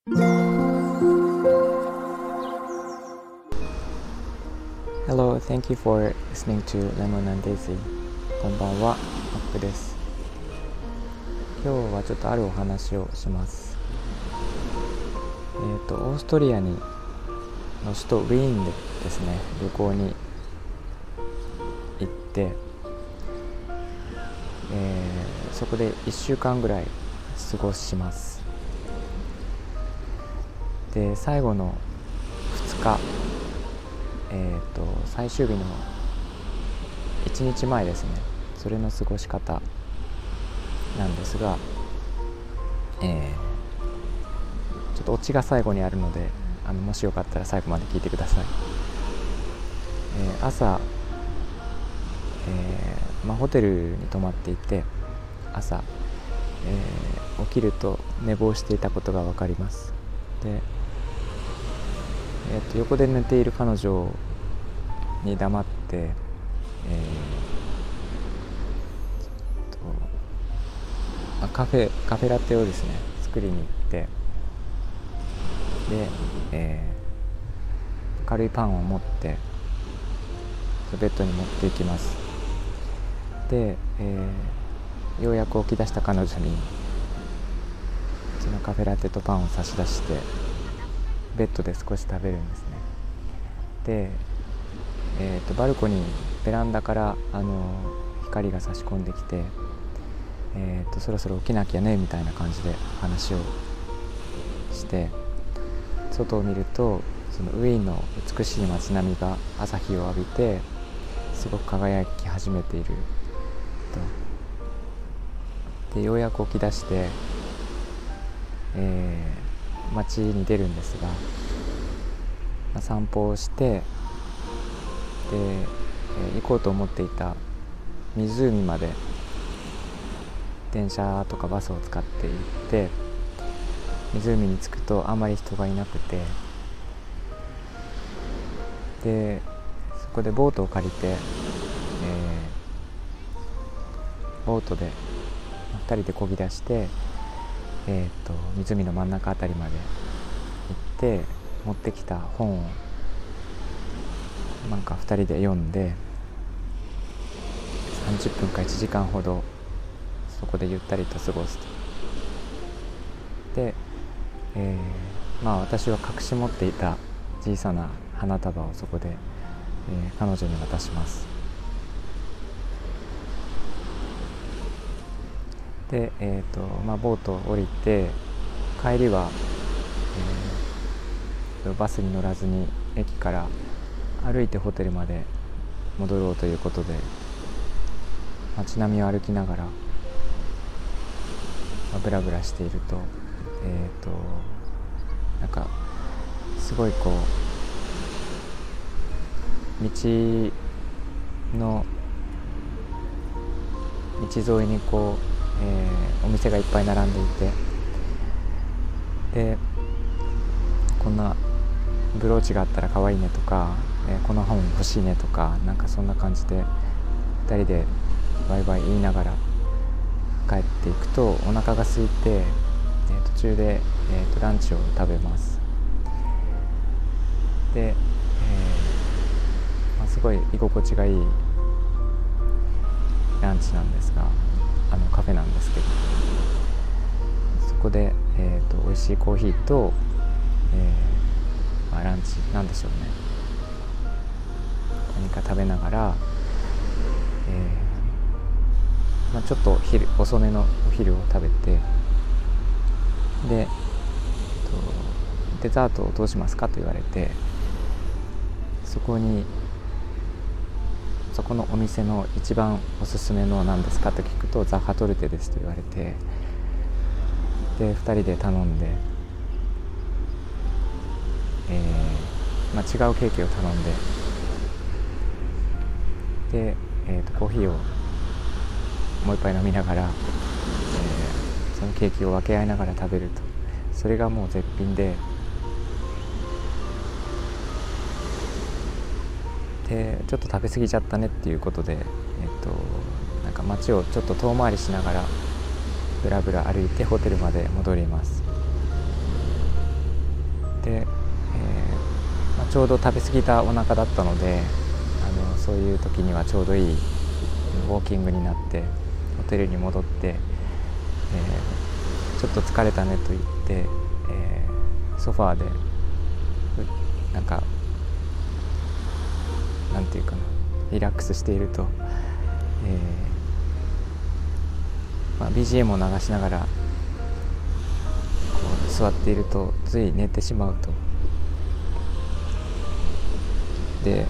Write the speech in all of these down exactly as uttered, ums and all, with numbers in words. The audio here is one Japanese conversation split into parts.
Hello, thank you for listening to Lemon and Daisy. こんばんは、マックです。今日はちょっとあるお話をします。えっと、オーストリアにの首都ウィーンでですね、旅行に行って、えー、そこでいっしゅうかんぐらい過ごします。で、最後のふつか、えー、と最終日のいちにちまえですね、それの過ごし方なんですが、えー、ちょっとオチが最後にあるので、あのもしよかったら最後まで聞いてください。えー、朝、えーまあ、ホテルに泊まっていて、朝、えー、起きると寝坊していたことが分かります。で、えー、と横で寝ている彼女に黙って、えー、とあカフェカフェラテをですね作りに行って、で、えー、軽いパンを持ってベッドに持っていきます。で、えー、ようやく起き出した彼女にそのカフェラテとパンを差し出して、ベッドで少し食べるんですね。で、えー、とバルコニー、ベランダからあの光が差し込んできて、えー、とそろそろ起きなきゃねみたいな感じで話をして、外を見るとそのウィーンの美しい街並みが朝日を浴びてすごく輝き始めていると。で、ようやく起き出して、えー街に出るんですが、まあ、散歩をして、で、えー、行こうと思っていた湖まで電車とかバスを使って行って、湖に着くとあまり人がいなくて、でそこでボートを借りて、えー、ボートでふたりで漕ぎ出して、えー、と湖の真ん中あたりまで行って、持ってきた本をなんかふたりで読んで、さんじゅっぷんかいちじかんほどそこでゆったりと過ごすと。で、えー、まあ私は隠し持っていた小さな花束をそこで、えー、彼女に渡します。で、えーとまあ、ボートを降りて、帰りは、えー、バスに乗らずに駅から歩いてホテルまで戻ろうということで、街並みを歩きながら、まあ、ブラブラしていると、えーとなんかすごいこう道の道沿いにこうえー、お店がいっぱい並んでいて、でこんなブローチがあったら可愛いねとか、えー、この本欲しいねとか、なんかそんな感じでふたりでバイバイ言いながら帰っていくと、お腹が空いて、えー、途中で、えー、とランチを食べます。で、えーまあ、すごい居心地がいいランチなんですが、あのカフェなんですけど、そこで、えー、と美味しいコーヒーと、えーまあ、ランチなんでしょうね、何か食べながら、えーまあ、ちょっと昼遅めのお昼を食べて、で、えー、とデザートをどうしますかと言われて、そこにそこのお店の一番おすすめの何ですかと聞くと、ザ・ハトルテですと言われて、でふたりで頼んで、えーまあ、違うケーキを頼んで、で、えー、とコーヒーをもう一杯飲みながら、えー、そのケーキを分け合いながら食べると。それがもう絶品で、でちょっと食べ過ぎちゃったねっていうことで、えっとなんか街をちょっと遠回りしながらブラブラ歩いてホテルまで戻ります。 で、えーまあ、ちょうど食べ過ぎたお腹だったので、あのそういう時にはちょうどいいウォーキングになって、ホテルに戻って、えー、ちょっと疲れたねと言って、えー、ソファーでなんかなんていうかな、リラックスしていると、えーまあ、ビージーエム を流しながらこう座っているとつい寝てしまうと。で、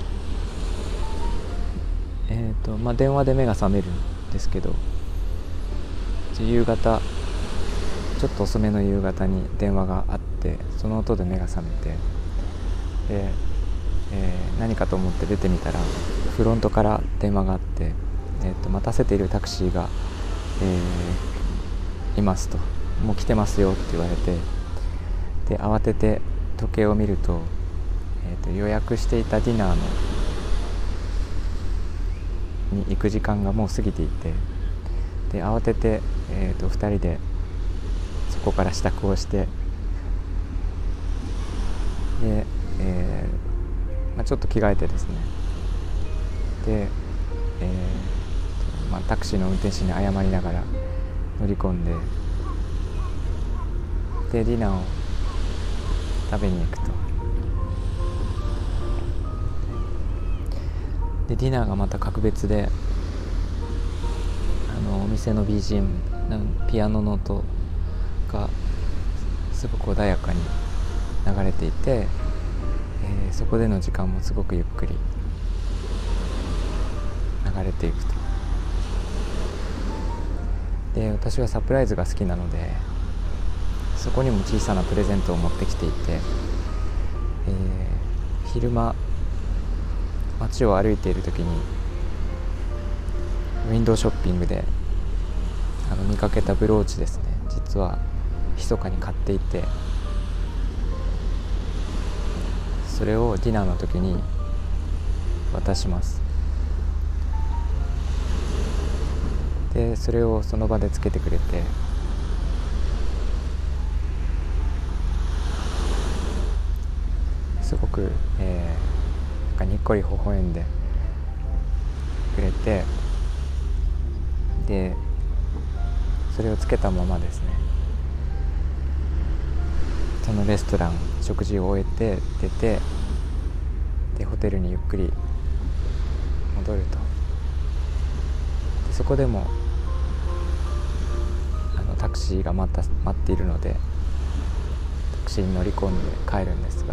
えーとまあ、電話で目が覚めるんですけど、夕方ちょっと遅めの夕方に電話があって、その音で目が覚めて、で、えー、何かと思って出てみたらフロントから電話があって、えー、と待たせているタクシーが、えー、いますと、もう来てますよって言われて、で慌てて時計を見ると、えー、と予約していたディナーのに行く時間がもう過ぎていて、で慌てて、えー、とふたりでそこから支度をして、で、えーまあ、ちょっと着替えてですね、で、えーまあ、タクシーの運転手に謝りながら乗り込んで、でディナーを食べに行くと。でディナーがまた格別で、あのお店の ビージーエム、ピアノの音がすごく穏やかに流れていて、えー、そこでの時間もすごくゆっくり流れていくと。で私はサプライズが好きなので、そこにも小さなプレゼントを持ってきていて、えー、昼間街を歩いている時にウィンドウショッピングであの見かけたブローチですね、実は密かに買っていて、それをディナーの時に渡します。でそれをその場でつけてくれて、すごく、えー、なんかにっこり微笑んでくれて、でそれをつけたままですね、そのレストラン食事を終えて出て、でホテルにゆっくり戻ると。でそこでもあのタクシーがまた待っているので、タクシーに乗り込んで帰るんですが、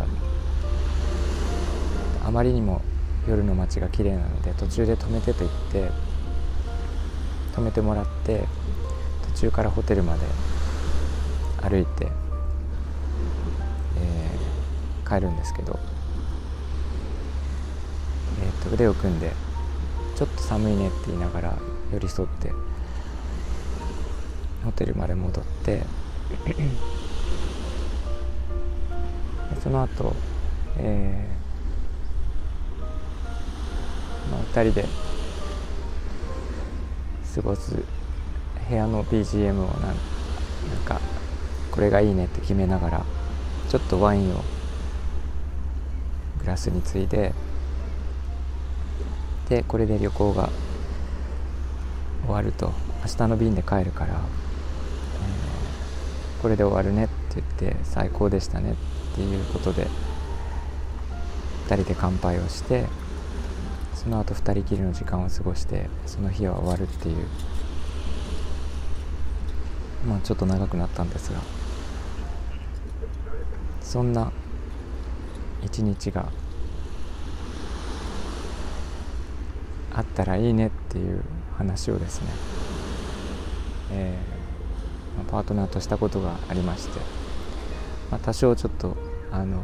あまりにも夜の街が綺麗なので途中で止めてと言って止めてもらって、途中からホテルまで歩いて、えー、帰るんですけど、えー、と腕を組んでちょっと寒いねって言いながら寄り添ってホテルまで戻ってその後、えーまあ、ふたりで過ごす部屋の ビージーエム をなんなんかこれがいいねって決めながら、ちょっとワインをグラスについで、でこれで旅行が終わると、明日の便で帰るから、えー、これで終わるねって言って、最高でしたねっていうことでふたりで乾杯をして、その後ふたりきりの時間を過ごして、その日は終わるっていう、まあちょっと長くなったんですが、そんな一日があったらいいねっていう話をですね、えーまあ、パートナーとしたことがありまして、まあ、多少ちょっとあの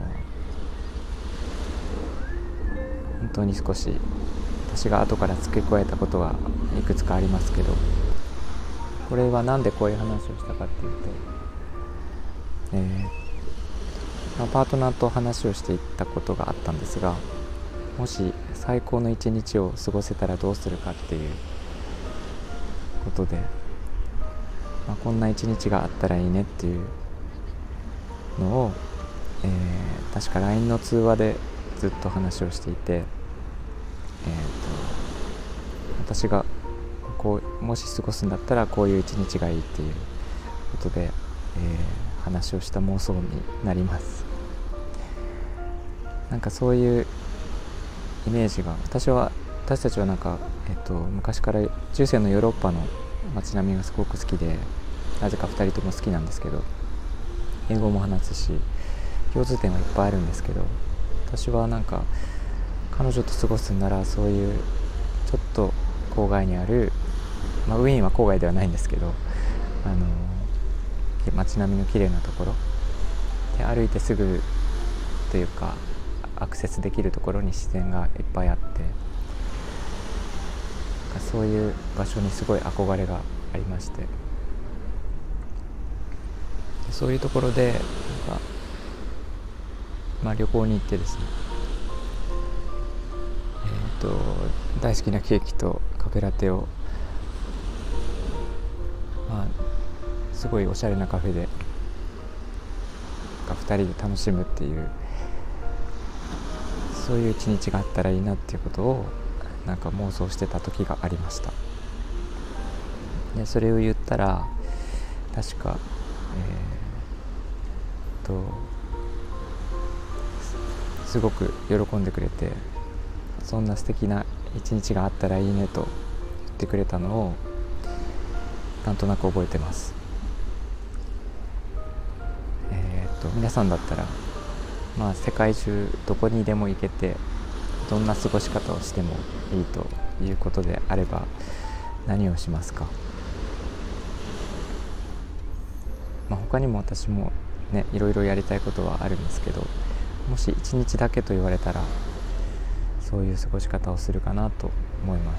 本当に少し私が後から付け加えたことがいくつかありますけど、これはなんでこういう話をしたかっていうと、えーまあ、パートナーと話をしていったことがあったんですが、もし最高の一日を過ごせたらどうするかっていうことで、まあ、こんな一日があったらいいねっていうのをえー、確か ライン の通話でずっと話をしていて、えー、と私がこうもし過ごすんだったらこういう一日がいいっていうことで、えー、話をした妄想になります。なんかそういうイメージが私は私たちはなんか、えっと、昔から中世のヨーロッパの街並みがすごく好きで、なぜかふたりとも好きなんですけど、英語も話すし共通点はいっぱいあるんですけど、私はなんか彼女と過ごすならそういうちょっと郊外にある、まあ、ウィーンは郊外ではないんですけど、あの街並みの綺麗なところで歩いてすぐというかアクセスできるところに自然がいっぱいあって、そういう場所にすごい憧れがありまして、そういうところでなんか、まあ、旅行に行ってですね、えー、と大好きなケーキとカフェラテを、まあ、すごいおしゃれなカフェでふたりで楽しむっていう、そういう一日があったらいいなっていうことをなんか妄想してた時がありました。でそれを言ったら確か、えー、とすごく喜んでくれて、そんな素敵な一日があったらいいねと言ってくれたのをなんとなく覚えてます。えー、と皆さんだったら、まあ、世界中どこにでも行けてどんな過ごし方をしてもいいということであれば何をしますか？まあ、他にも私もねいろいろやりたいことはあるんですけど、もし一日だけと言われたらそういう過ごし方をするかなと思います。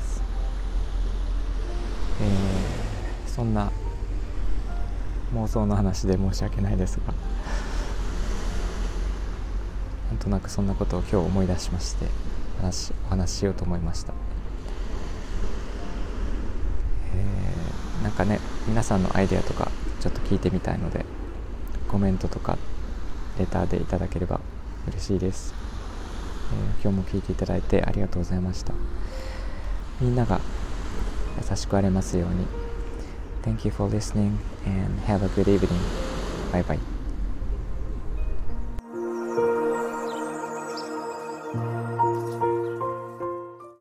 えー、そんな妄想の話で申し訳ないですが、なんとなくそんなことを今日思い出しまして話お話ししようと思いました。えー、なんかね皆さんのアイデアとかちょっと聞いてみたいので、コメントとかレターでいただければ嬉しいです。えー、今日も聞いていただいてありがとうございました。みんなが優しくありますように。 Thank you for listening and have a good evening. Bye bye.